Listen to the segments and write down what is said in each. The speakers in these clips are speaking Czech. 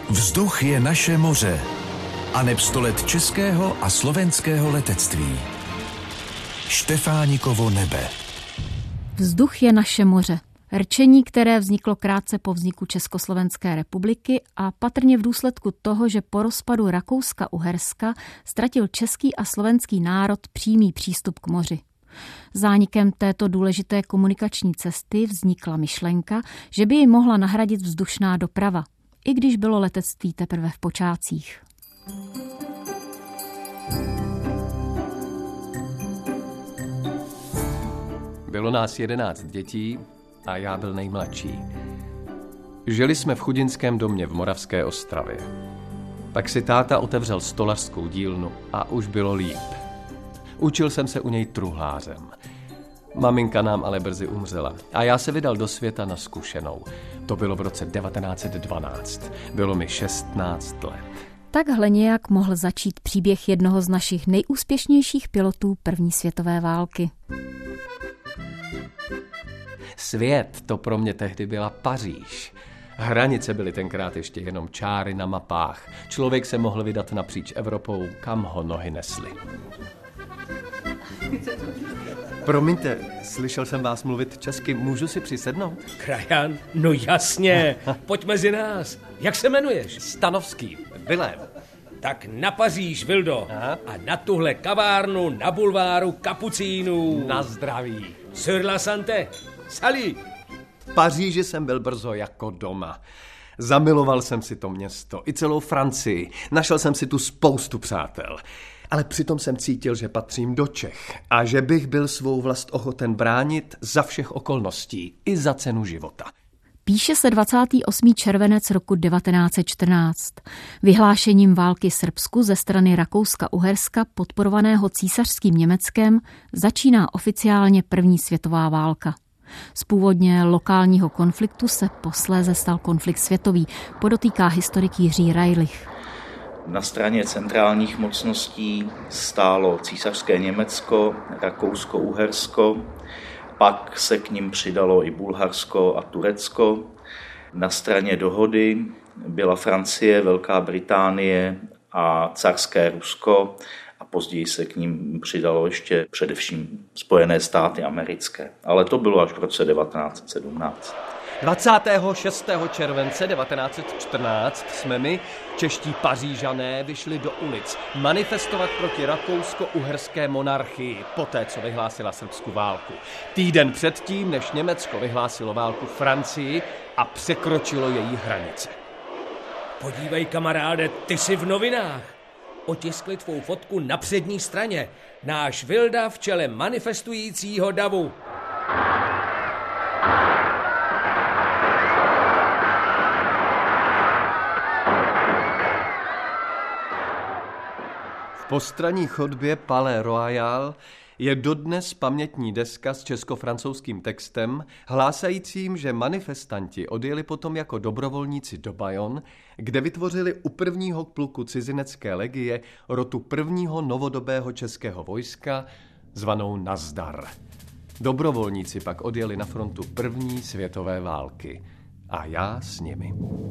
Vzduch je naše moře. Aneb 100 let českého a slovenského letectví. Štefánikovo nebe. Vzduch je naše moře. Rčení, které vzniklo krátce po vzniku Československé republiky a patrně v důsledku toho, že po rozpadu Rakouska-Uherska ztratil český a slovenský národ přímý přístup k moři. Zánikem této důležité komunikační cesty vznikla myšlenka, že by ji mohla nahradit vzdušná doprava, i když bylo letectví teprve v počátcích. Bylo nás 11 dětí a já byl nejmladší. Žili jsme v chudinském domě v Moravské Ostravě. Tak si táta otevřel stolařskou dílnu a už bylo líp. Učil jsem se u něj truhlářem. Maminka nám ale brzy umřela a já se vydal do světa na zkušenou. To bylo v roce 1912. Bylo mi 16 let. Takhle nějak mohl začít příběh jednoho z našich nejúspěšnějších pilotů první světové války. Svět, to pro mě tehdy byla Paříž. Hranice byly tenkrát ještě jenom čáry na mapách. Člověk se mohl vydat napříč Evropou, kam ho nohy nesly. Promiňte, slyšel jsem vás mluvit česky, můžu si přisednout? Krajan? No jasně, pojď mezi nás. Jak se jmenuješ? Stanovský, Vilém. Tak na Paříž, Vildo. Aha. A na tuhle kavárnu na bulváru Kapucínů. Na zdraví. Sur la santé. Salut. V Paříži jsem byl brzo jako doma. Zamiloval jsem si to město, i celou Francii. Našel jsem si tu spoustu přátel. Ale přitom jsem cítil, že patřím do Čech a že bych byl svou vlast ochoten bránit za všech okolností, i za cenu života. Píše se 28. červenec roku 1914. Vyhlášením války Srbsku ze strany Rakouska-Uherska podporovaného císařským Německem začíná oficiálně první světová válka. Z původně lokálního konfliktu se posléze stal konflikt světový, podotýká historik Jiří Rajlich. Na straně centrálních mocností stálo císařské Německo, Rakousko-Uhersko, pak se k nim přidalo i Bulharsko a Turecko. Na straně dohody byla Francie, Velká Británie a carské Rusko a později se k ním přidalo ještě především Spojené státy americké. Ale to bylo až v roce 1917. 26. července 1914 jsme my, čeští Pařížané, vyšli do ulic manifestovat proti rakousko-uherské monarchii, poté, co vyhlásila Srbsku válku. Týden předtím, než Německo vyhlásilo válku Francii a překročilo její hranice. Podívej, kamaráde, ty jsi v novinách. Otiskli tvou fotku na přední straně. Náš Vilda v čele manifestujícího davu. V postranní chodbě Palais Royal je dodnes pamětní deska s česko-francouzským textem, hlásajícím, že manifestanti odjeli potom jako dobrovolníci do Bayonne, kde vytvořili u prvního pluku cizinecké legie rotu prvního novodobého českého vojska, zvanou Nazdar. Dobrovolníci pak odjeli na frontu první světové války. A já s nimi.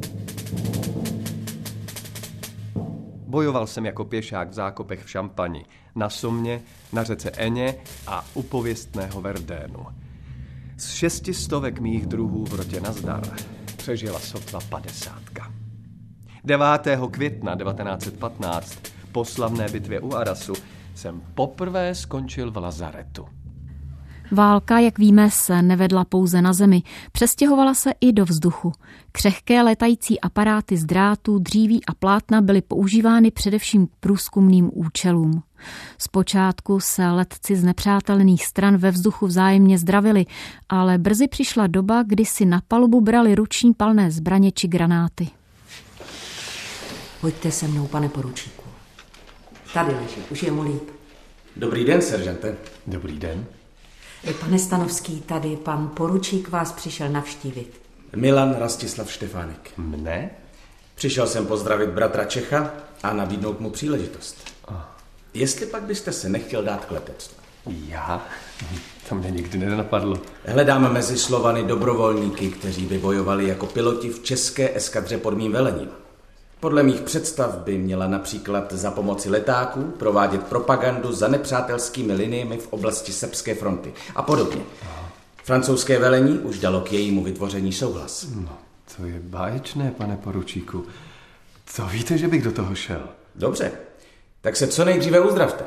Bojoval jsem jako pěšák v zákopech v Šampani, na Sommě, na řece Eně a u pověstného Verdénu. Z 600 mých druhů v rotě Nazdar přežila sotva 50. 9. května 1915 po slavné bitvě u Arasu jsem poprvé skončil v lazaretu. Válka, jak víme, se nevedla pouze na zemi, přestěhovala se i do vzduchu. Křehké létající aparáty z drátů, dříví a plátna byly používány především k průzkumným účelům. Zpočátku se letci z nepřátelných stran ve vzduchu vzájemně zdravili, ale brzy přišla doba, kdy si na palubu brali ruční palné zbraně či granáty. Pojďte se mnou, pane poručíku. Tady leží, už je mu líp. Dobrý den, seržante. Dobrý den. Pane Stanovský, tady pan poručík vás přišel navštívit. Milan Rastislav Štefánik. Mne? Přišel jsem pozdravit bratra Čecha a nabídnout mu příležitost. Jestli pak byste se nechtěl dát k letectvu. Já? To mě nikdy nenapadlo. Hledáme mezi Slovany dobrovolníky, kteří by bojovali jako piloti v české eskadře pod mým velením. Podle mých představ by měla například za pomoci letáků provádět propagandu za nepřátelskými liniemi v oblasti srbské fronty a podobně. Francouzské velení už dalo k jejímu vytvoření souhlas. No, to je báječné, pane poručíku. Co víte, že bych do toho šel? Dobře, tak se co nejdříve uzdravte.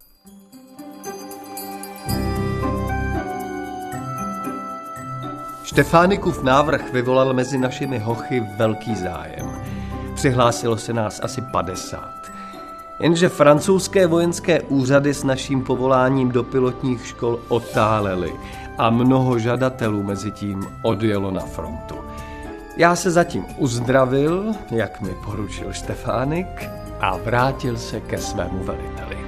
Štefánikův návrh vyvolal mezi našimi hochy velký zájem. Přihlásilo se nás asi 50. Jenže francouzské vojenské úřady s naším povoláním do pilotních škol otálely a mnoho žadatelů mezi tím odjelo na frontu. Já se zatím uzdravil, jak mi poručil Štefánik, a vrátil se ke svému veliteli.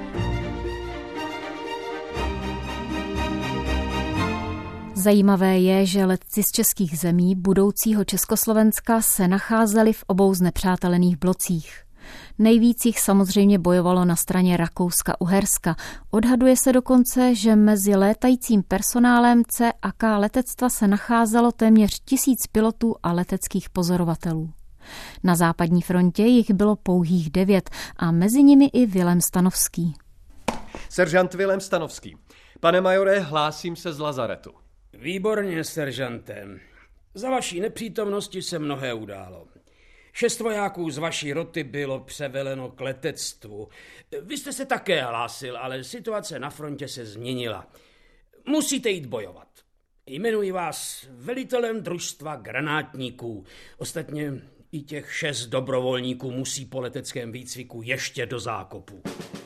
Zajímavé je, že letci z českých zemí budoucího Československa se nacházeli v obou znepřátelených blocích. Nejvíc jich samozřejmě bojovalo na straně Rakouska-Uherska. Odhaduje se dokonce, že mezi létajícím personálem CAK letectva se nacházelo téměř 1000 pilotů a leteckých pozorovatelů. Na západní frontě jich bylo pouhých 9 a mezi nimi i Vilém Stanovský. Seržant Vilém Stanovský. Pane majore, hlásím se z lazaretu. Výborně, seržante. Za vaší nepřítomnosti se mnohé událo. 6 vojáků z vaší roty bylo převeleno k letectvu. Vy jste se také hlásil, ale situace na frontě se změnila. Musíte jít bojovat. Jmenuji vás velitelem družstva granátníků. Ostatně i těch 6 dobrovolníků musí po leteckém výcviku ještě do zákopu.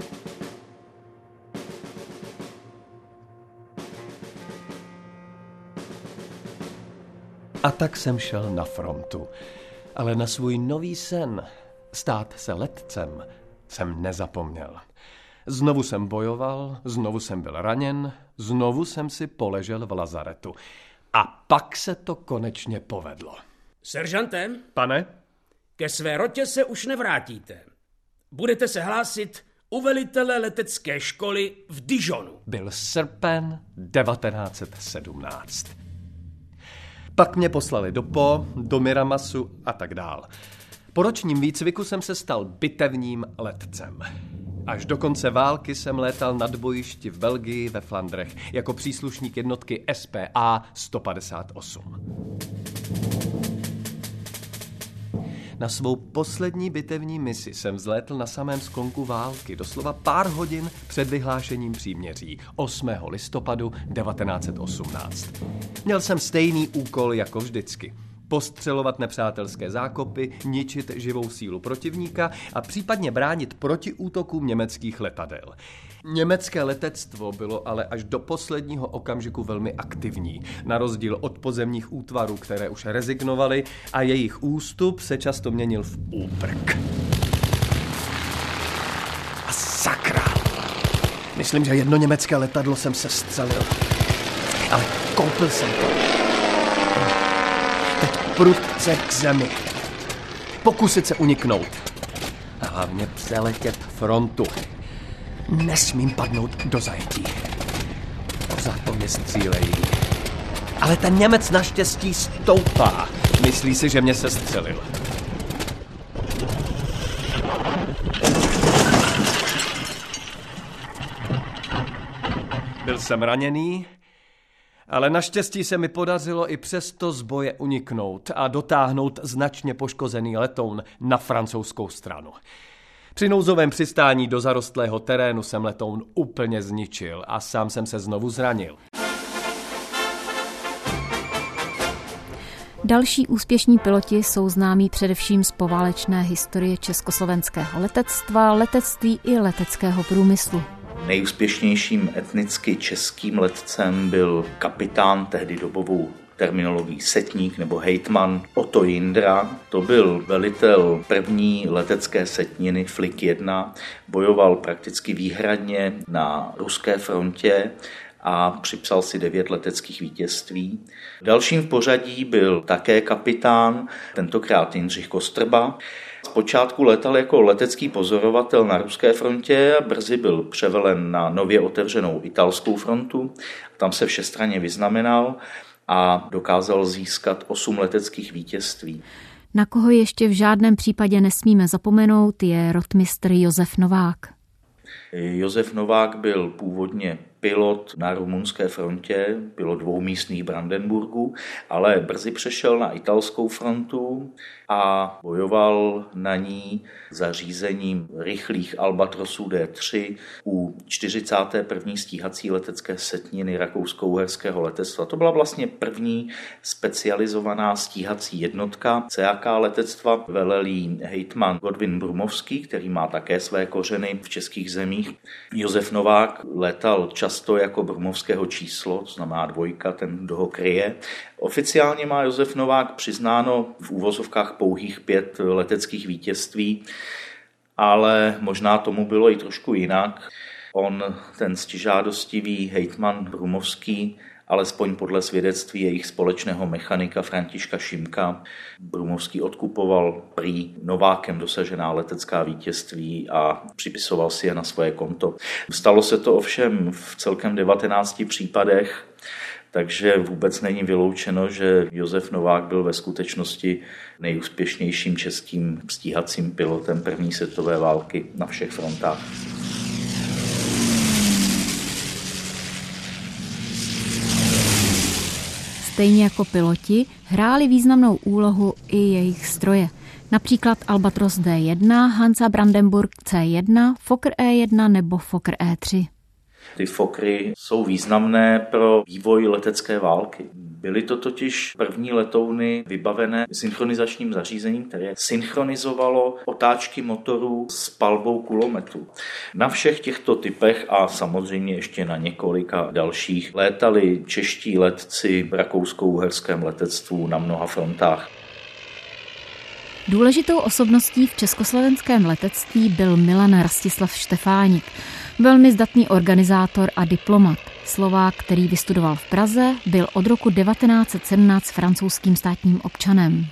A tak jsem šel na frontu. Ale na svůj nový sen, stát se letcem, jsem nezapomněl. Znovu jsem bojoval, znovu jsem byl raněn, znovu jsem si poležel v lazaretu. A pak se to konečně povedlo. Seržante? Pane? Ke své rotě se už nevrátíte. Budete se hlásit u velitele letecké školy v Dijonu. Byl srpen 1917. Pak mě poslali do Po, do Miramasu a tak dál. Po ročním výcviku jsem se stal bitevním letcem. Až do konce války jsem létal nad bojišti v Belgii ve Flandrech jako příslušník jednotky SPA 158. Na svou poslední bitevní misi jsem vzlétl na samém sklonku války, doslova pár hodin před vyhlášením příměří, 8. listopadu 1918. Měl jsem stejný úkol jako vždycky. Postřelovat nepřátelské zákopy, ničit živou sílu protivníka a případně bránit proti útokům německých letadel. Německé letectvo bylo ale až do posledního okamžiku velmi aktivní, na rozdíl od pozemních útvarů, které už rezignovaly, a jejich ústup se často měnil v úprk. A sakra! Myslím, že jedno německé letadlo jsem se střelil. Ale koupil jsem to. Teď prudce k zemi. Pokusit se uniknout. A hlavně přeletět frontu. Nesmím padnout do zajetí. Pořád po mě střílejí. Ale ten Němec naštěstí stoupá. Myslí si, že mě se střelil. Byl jsem raněný, ale naštěstí se mi podařilo i přesto z boje uniknout a dotáhnout značně poškozený letoun na francouzskou stranu. Při nouzovém přistání do zarostlého terénu jsem letoun úplně zničil a sám jsem se znovu zranil. Další úspěšní piloti jsou známí především z poválečné historie československého letectva, letectví i leteckého průmyslu. Nejúspěšnějším etnicky českým letcem byl kapitán, tehdy dobovou terminologií setník nebo hejtman Otto Jindra. To byl velitel první letecké setniny Flik 1, bojoval prakticky výhradně na ruské frontě a připsal si 9 leteckých vítězství. Dalším v pořadí byl také kapitán, tentokrát Jindřich Kostrba. Zpočátku letal jako letecký pozorovatel na ruské frontě a brzy byl převelen na nově otevřenou italskou frontu. Tam se všestranně vyznamenal a dokázal získat 8 leteckých vítězství. Na koho ještě v žádném případě nesmíme zapomenout, je rotmistr Josef Novák. Josef Novák byl původně pilot na rumunské frontě, pilot dvoumístných Brandenburgů, ale brzy přešel na italskou frontu a bojoval na ní zařízením rychlých Albatrosů D3 u 41. stíhací letecké setniny rakousko-uherského letectva. To byla vlastně první specializovaná stíhací jednotka CAK letectva. Velel jí hejtman Godwin Brumovský, který má také své kořeny v českých zemích. Josef Novák létal často jako brumovského číslo, to znamená dvojka, ten, kdo ho kryje. Oficiálně má Josef Novák přiznáno v úvozovkách pouhých 5 leteckých vítězství, ale možná tomu bylo i trošku jinak. On, ten ctižádostivý hejtman Brumovský, alespoň podle svědectví jejich společného mechanika Františka Šimka, Brumovský odkupoval prý Novákem dosažená letecká vítězství a připisoval si je na svoje konto. Stalo se to ovšem v celkem 19 případech, takže vůbec není vyloučeno, že Josef Novák byl ve skutečnosti nejúspěšnějším českým stíhacím pilotem první světové války na všech frontách. Stejně jako piloti hráli významnou úlohu i jejich stroje. Například Albatros D1, Hansa Brandenburg C1, Fokker E1 nebo Fokker E3. Ty Fokry jsou významné pro vývoj letecké války. Byly to totiž první letouny vybavené synchronizačním zařízením, které synchronizovalo otáčky motorů s palbou kulometu. Na všech těchto typech a samozřejmě ještě na několika dalších létali čeští letci v rakousko-uherském letectvu na mnoha frontách. Důležitou osobností v československém letectví byl Milan Rastislav Štefánik, velmi zdatný organizátor a diplomat. Slovák, který vystudoval v Praze, byl od roku 1917 francouzským státním občanem.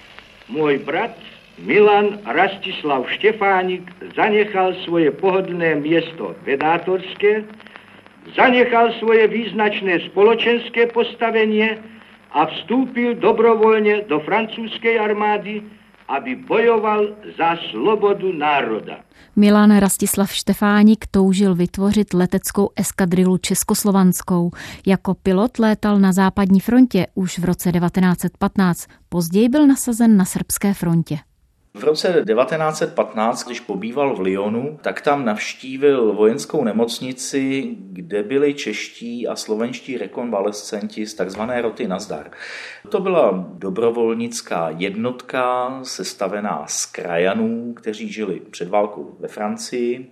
Můj brat Milan Rastislav Štefánik zanechal svoje pohodlné město vedátorské, zanechal svoje význačné spoločenské postavení a vstoupil dobrovolně do francouzské armády, aby bojoval za slobodu národa. Milan Rastislav Štefánik toužil vytvořit leteckou eskadrilu českoslovanskou. Jako pilot létal na západní frontě už v roce 1915. Později byl nasazen na srbské frontě. V roce 1915, když pobýval v Lyonu, tak tam navštívil vojenskou nemocnici, kde byli čeští a slovenští rekonvalescenti z takzvané roty Nazdar. To byla dobrovolnická jednotka sestavená z krajanů, kteří žili před válkou ve Francii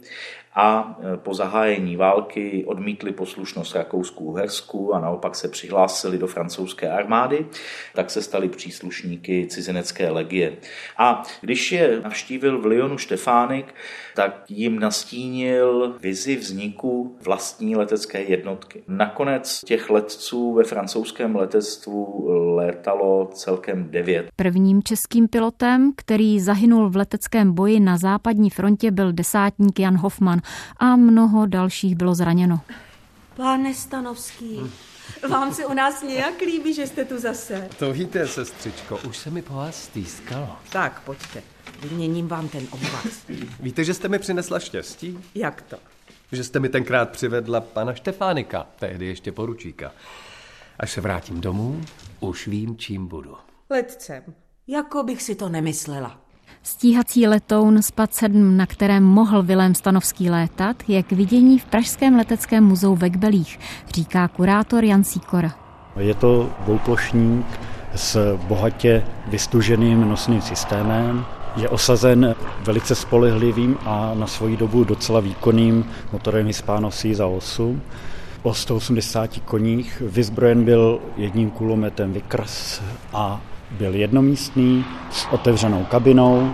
a po zahájení války odmítli poslušnost Rakousku-Uhersku a naopak se přihlásili do francouzské armády, tak se stali příslušníky cizinecké legie. A když je navštívil v Lyonu Štefánik, tak jim nastínil vizi vzniku vlastní letecké jednotky. Nakonec těch letců ve francouzském letectvu létalo celkem 9. Prvním českým pilotem, který zahynul v leteckém boji na západní frontě, byl desátník Jan Hofmann a mnoho dalších bylo zraněno. Pane Stanovský, vám se u nás nějak líbí, že jste tu zase? To víte, sestřičko, už se mi po vás stýskalo. Tak, pojďte, vyměním vám ten obvaz. Víte, že jste mi přinesla štěstí? Jak to? Že jste mi tenkrát přivedla pana Štefánika, tehdy ještě poručíka. Až se vrátím domů, už vím, čím budu. Letcem. Jako bych si to nemyslela. Stíhací letoun SPAD-7, na kterém mohl Vilém Stanovský létat, je k vidění v Pražském leteckém muzeu ve Kbelích, říká kurátor Jan Sýkora. Je to dvouplošník s bohatě vystuženým nosným systémem. Je osazen velice spolehlivým a na svoji dobu docela výkonným motorem Hispano Siza 8. O 180 koních vyzbrojen byl jedním kulometem Vickers a byl jednomístný s otevřenou kabinou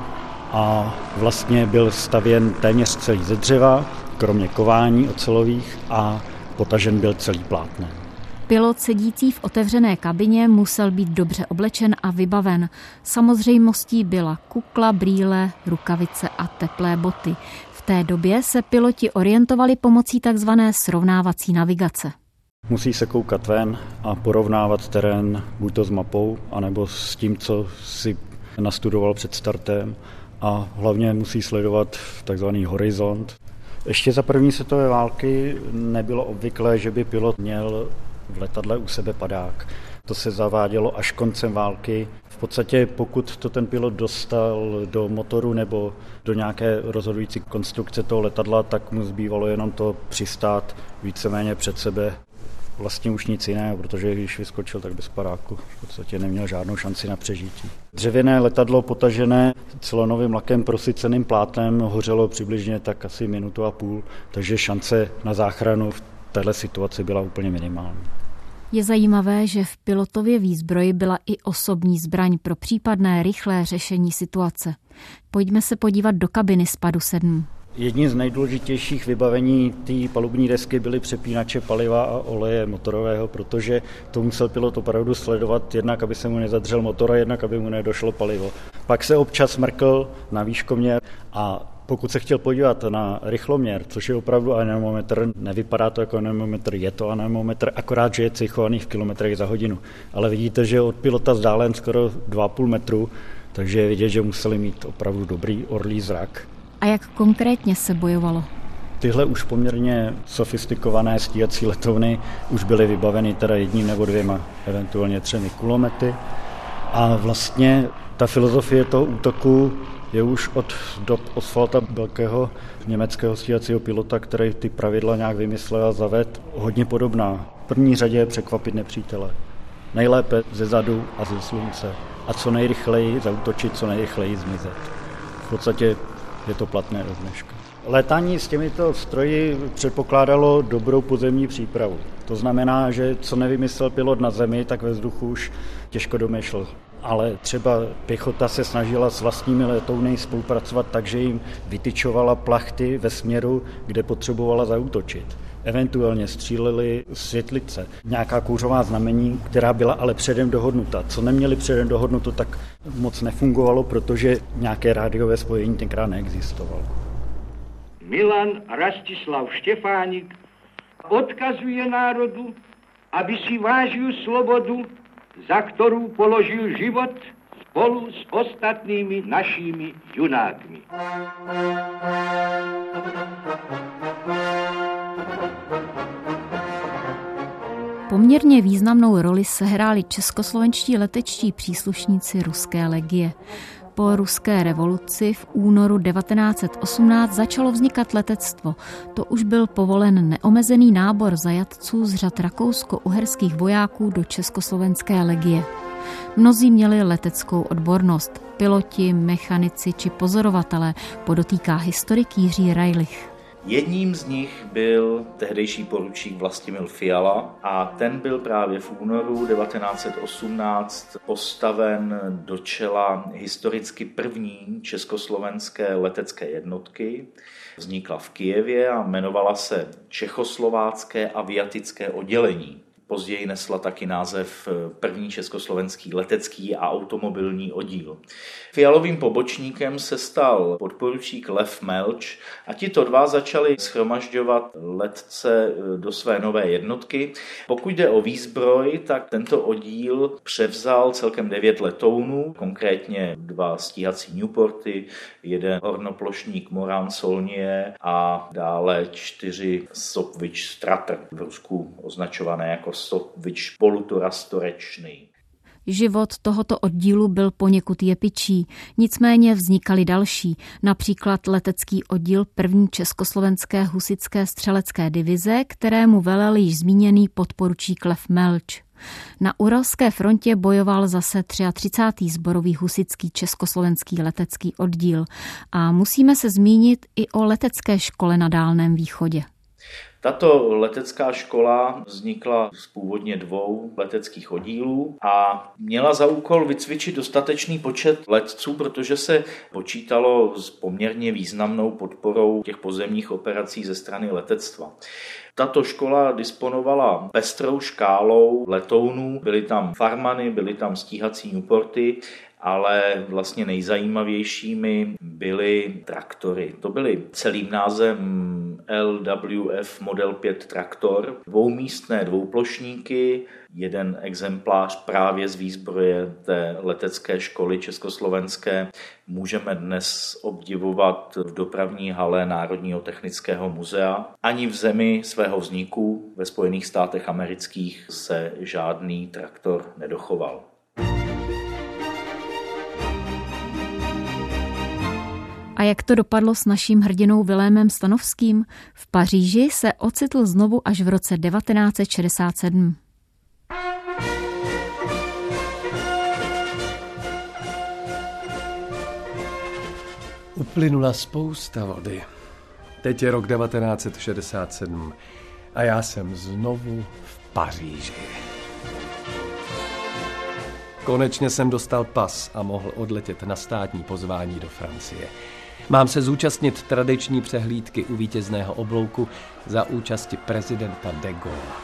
a vlastně byl stavěn téměř celý ze dřeva, kromě kování ocelových, a potažen byl celý plátnem. Pilot sedící v otevřené kabině musel být dobře oblečen a vybaven. Samozřejmostí byla kukla, brýle, rukavice a teplé boty. V té době se piloti orientovali pomocí takzvané srovnávací navigace. Musí se koukat ven a porovnávat terén buď to s mapou, anebo s tím, co si nastudoval před startem a hlavně musí sledovat takzvaný horizont. Ještě za první světové války nebylo obvyklé, že by pilot měl v letadle u sebe padák. To se zavádělo až koncem války. V podstatě pokud to ten pilot dostal do motoru nebo do nějaké rozhodující konstrukce toho letadla, tak mu zbývalo jenom to přistát víceméně před sebe. Vlastně už nic jiného, protože když vyskočil, tak bez padáku v podstatě neměl žádnou šanci na přežití. Dřevěné letadlo potažené celonovým lakem prosyceným plátnem hořelo přibližně tak asi 1,5 minuty, takže šance na záchranu v této situaci byla úplně minimální. Je zajímavé, že v pilotově výzbroji byla i osobní zbraň pro případné rychlé řešení situace. Pojďme se podívat do kabiny Spadu 7. Jedním z nejdůležitějších vybavení té palubní desky byly přepínače paliva a oleje motorového, protože to musel pilot opravdu sledovat, jednak aby se mu nezadřel motor a jednak aby mu nedošlo palivo. Pak se občas mrkl na výškoměr a pokud se chtěl podívat na rychloměr, což je opravdu anemometr, nevypadá to jako anemometr, je to anemometr, akorát, že je cejchovaný v kilometrech za hodinu. Ale vidíte, že je od pilota vzdálen skoro 2,5 metru, takže je vidět, že museli mít opravdu dobrý orlí zrak. A jak konkrétně se bojovalo? Tyhle už poměrně sofistikované stíhací letouny už byly vybaveny teda 1 nebo 2, eventuálně 3 kulomety. A vlastně ta filozofie toho útoku je už od dob Oswalda Belkého, německého stíhacího pilota, který ty pravidla nějak vymyslel a zavedl, hodně podobná. V první řadě překvapit nepřítele. Nejlépe ze zadu a ze slunce. A co nejrychleji zaútočit, co nejrychleji zmizet. V podstatě je to platné do dneška. Létání s těmito stroji předpokládalo dobrou pozemní přípravu. To znamená, že co nevymyslel pilot na zemi, tak ve vzduchu už těžko domýšlel. Ale třeba pěchota se snažila s vlastními letouny spolupracovat tak, že jim vytyčovala plachty ve směru, kde potřebovala zaútočit. Eventuálně stříleli světlice, nějaká kouřová znamení, která byla ale předem dohodnuta. Co neměli předem dohodnuto, tak moc nefungovalo, protože nějaké rádiové spojení tenkrát neexistovalo. Milan Rastislav Štefánik odkazuje národu, aby si vážil slobodu, za kterou položil život spolu s ostatními našimi junákmi. Poměrně významnou roli sehráli českoslovenští letečtí příslušníci ruské legie. Po ruské revoluci v únoru 1918 začalo vznikat letectvo. To už byl povolen neomezený nábor zajatců z řad rakousko-uherských vojáků do československé legie. Mnozí měli leteckou odbornost, piloti, mechanici či pozorovatelé, podotýká historik Jiří Rajlich. Jedním z nich byl tehdejší poručík Vlastimil Fiala a ten byl právě v únoru 1918 postaven do čela historicky první československé letecké jednotky. Vznikla v Kyjevě a jmenovala se Čechoslovácké aviatické oddělení. Později nesla taky název první československý letecký a automobilní oddíl. Fialovým pobočníkem se stal podporučík Lev Melč a tito dva začali shromažďovat letce do své nové jednotky. Pokud jde o výzbroj, tak tento oddíl převzal celkem 9 letounů, konkrétně 2 stíhací Newporty, 1 hornoplošník Morán Saulnier a dále 4 Sopwith Strater, v Rusku označované jako Sopwith Polutora Storečný. Život tohoto oddílu byl poněkud jepičí, nicméně vznikaly další, například letecký oddíl první československé husitské střelecké divize, kterému velel již zmíněný podporučík Lev Melč. Na Uralské frontě bojoval zase 33. sborový husitský československý letecký oddíl a musíme se zmínit i o letecké škole na Dálném východě. Tato letecká škola vznikla z původně 2 leteckých oddílů a měla za úkol vycvičit dostatečný počet letců, protože se počítalo s poměrně významnou podporou těch pozemních operací ze strany letectva. Tato škola disponovala pestrou škálou letounů, byly tam Farmany, byly tam stíhací Newporty, ale vlastně nejzajímavějšími byly traktory. To byly celým názvem LWF Model 5 traktor, dvoumístné dvouplošníky, jeden exemplář právě z výzbroje té letecké školy československé můžeme dnes obdivovat v dopravní hale Národního technického muzea. Ani v zemi svého vzniku ve Spojených státech amerických se žádný traktor nedochoval. A jak to dopadlo s naším hrdinou Vilémem Stanovským? V Paříži se ocitl znovu až v roce 1967. Uplynula spousta vody. Teď je rok 1967 a já jsem znovu v Paříži. Konečně jsem dostal pas a mohl odletět na státní pozvání do Francie. Mám se zúčastnit tradiční přehlídky u vítězného oblouku za účasti prezidenta de Gaulle.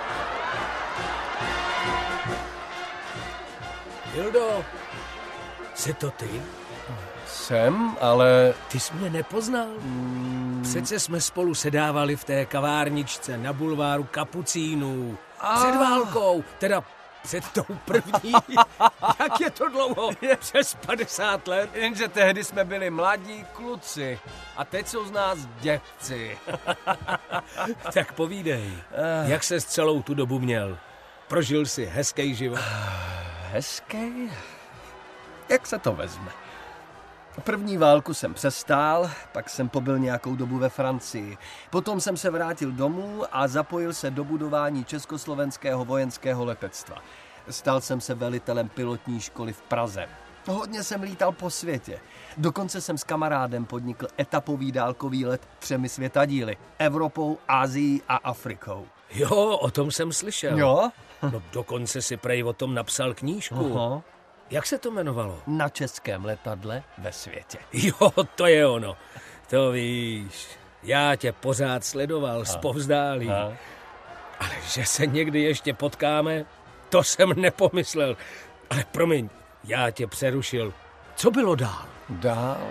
Hildo, jsi to ty? Jsem, ale... Ty jsi mě nepoznal? Přece jsme spolu sedávali v té kavárničce na bulváru Kapucínů. Před válkou, teda před tou první. Jak je to dlouho? Přes 50 let. Jenže tehdy jsme byli mladí kluci a teď jsou z nás děvci. Tak povídej, jak ses celou tu dobu měl? Prožil jsi hezký život? Hezký? Jak se to vezme? První válku jsem přestál, pak jsem pobyl nějakou dobu ve Francii. Potom jsem se vrátil domů a zapojil se do budování československého vojenského letectva. Stal jsem se velitelem pilotní školy v Praze. Hodně jsem lítal po světě. Dokonce jsem s kamarádem podnikl etapový dálkový let 3 světadíly. Evropou, Asií a Afrikou. Jo, o tom jsem slyšel. Jo? No dokonce si prej o tom napsal knížku. Aha. Jak se to jmenovalo? Na českém letadle ve světě. Jo, to je ono. To víš, já tě pořád sledoval zpovzdálí. Ale že se někdy ještě potkáme, to jsem nepomyslel. Ale promiň, já tě přerušil. Co bylo dál? Dál?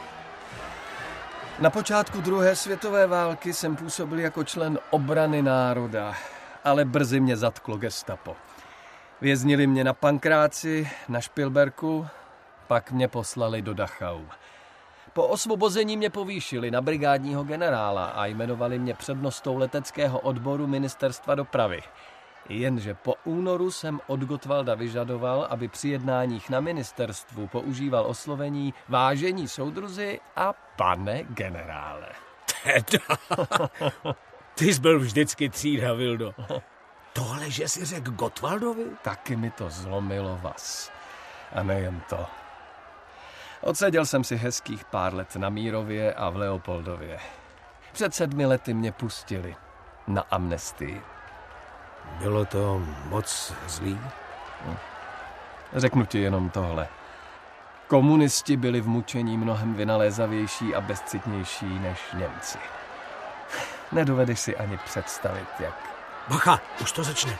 Na počátku druhé světové války jsem působil jako člen obrany národa, ale brzy mě zatklo gestapo. Věznili mě na Pankráci, na Špilberku, pak mě poslali do Dachau. Po osvobození mě povýšili na brigádního generála a jmenovali mě přednostou leteckého odboru ministerstva dopravy. Jenže po únoru jsem od Gottwalda vyžadoval, aby při jednáních na ministerstvu používal oslovení vážení soudruzi a pane generále. Teda, ty jsi byl vždycky třída, Vildo. Tohle, že jsi řekl Gottwaldovi? Taky mi to zlomilo vás. A nejen to. Odseděl jsem si hezkých pár let na Mírově a v Leopoldově. Před 7 lety mě pustili na amnestii. Bylo to moc zlý? Řeknu ti jenom tohle. Komunisti byli v mučení mnohem vynalézavější a bezcitnější než Němci. Nedovedeš si ani představit, jak... Bacha, už to začne.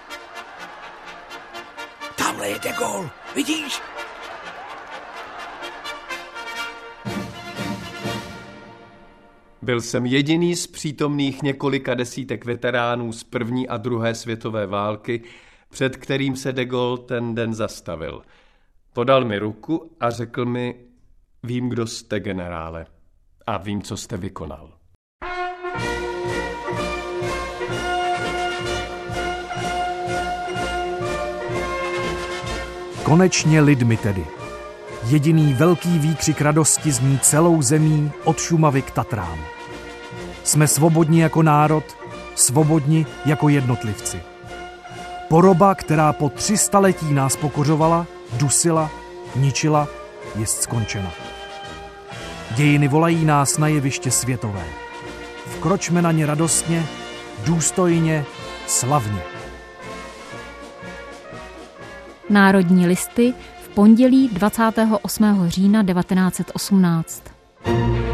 Tamhle je de Gaulle, vidíš? Byl jsem jediný z přítomných několika desítek veteránů z první a druhé světové války, před kterým se de Gaulle ten den zastavil. Podal mi ruku a řekl mi, vím, kdo jste, generále, a vím, co jste vykonal. Konečně lidmi tedy. Jediný velký výkřik radosti zní celou zemí od Šumavy k Tatrám. Jsme svobodní jako národ, svobodní jako jednotlivci. Poroba, která po 300 letí nás pokořovala, dusila, ničila, je skončena. Dějiny volají nás na jeviště světové. Vkročme na ně radostně, důstojně, slavně. Národní listy v pondělí 28. října 1918.